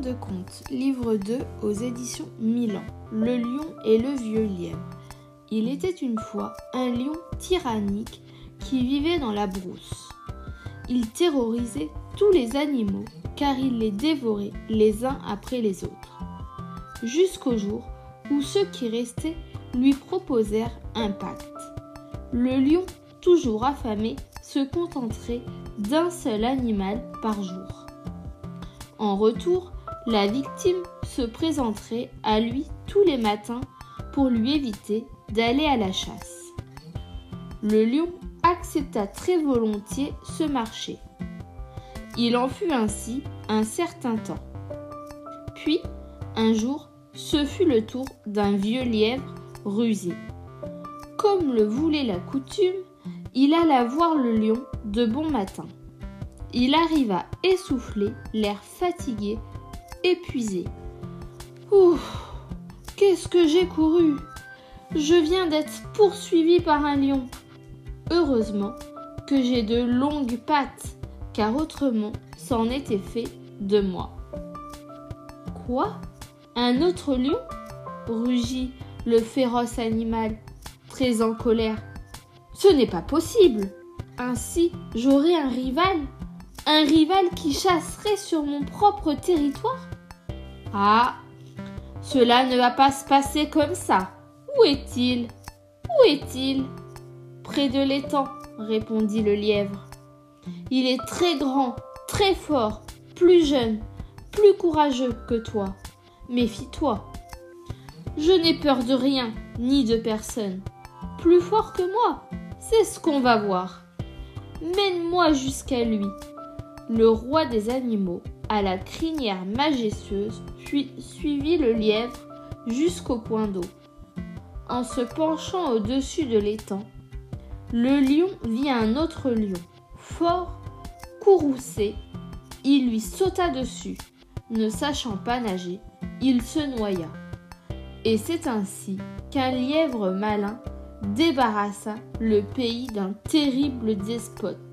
de contes, livre 2 aux éditions Milan. Le lion et le vieux lièvre. Il était une fois un lion tyrannique qui vivait dans la brousse. Il terrorisait tous les animaux car il les dévorait les uns après les autres. Jusqu'au jour où ceux qui restaient lui proposèrent un pacte. Le lion, toujours affamé, se contenterait d'un seul animal par jour. En retour, la victime se présenterait à lui tous les matins pour lui éviter d'aller à la chasse. Le lion accepta très volontiers ce marché. Il en fut ainsi un certain temps. Puis, un jour, ce fut le tour d'un vieux lièvre rusé. Comme le voulait la coutume, il alla voir le lion de bon matin. Il arriva essoufflé, l'air fatigué, épuisé. « Ouf, qu'est-ce que j'ai couru! Je viens d'être poursuivi par un lion. Heureusement que j'ai de longues pattes, car autrement c'en était fait de moi. » « Quoi? Un autre lion? » rugit le féroce animal, très en colère. « Ce n'est pas possible! Ainsi j'aurai un rival qui chasserait sur mon propre territoire? Ah, cela ne va pas se passer comme ça. Où est-il? Où est-il? Près de l'étang, répondit le lièvre. Il est très grand, très fort, plus jeune, plus courageux que toi. Méfie-toi. Je n'ai peur de rien, ni de personne. Plus fort que moi, c'est ce qu'on va voir. Mène-moi jusqu'à lui. Le roi des animaux, à la crinière majestueuse, puis suivit le lièvre jusqu'au point d'eau. En se penchant au-dessus de l'étang, le lion vit un autre lion, fort, courroucé. Il lui sauta dessus. Ne sachant pas nager, il se noya. Et c'est ainsi qu'un lièvre malin débarrassa le pays d'un terrible despote.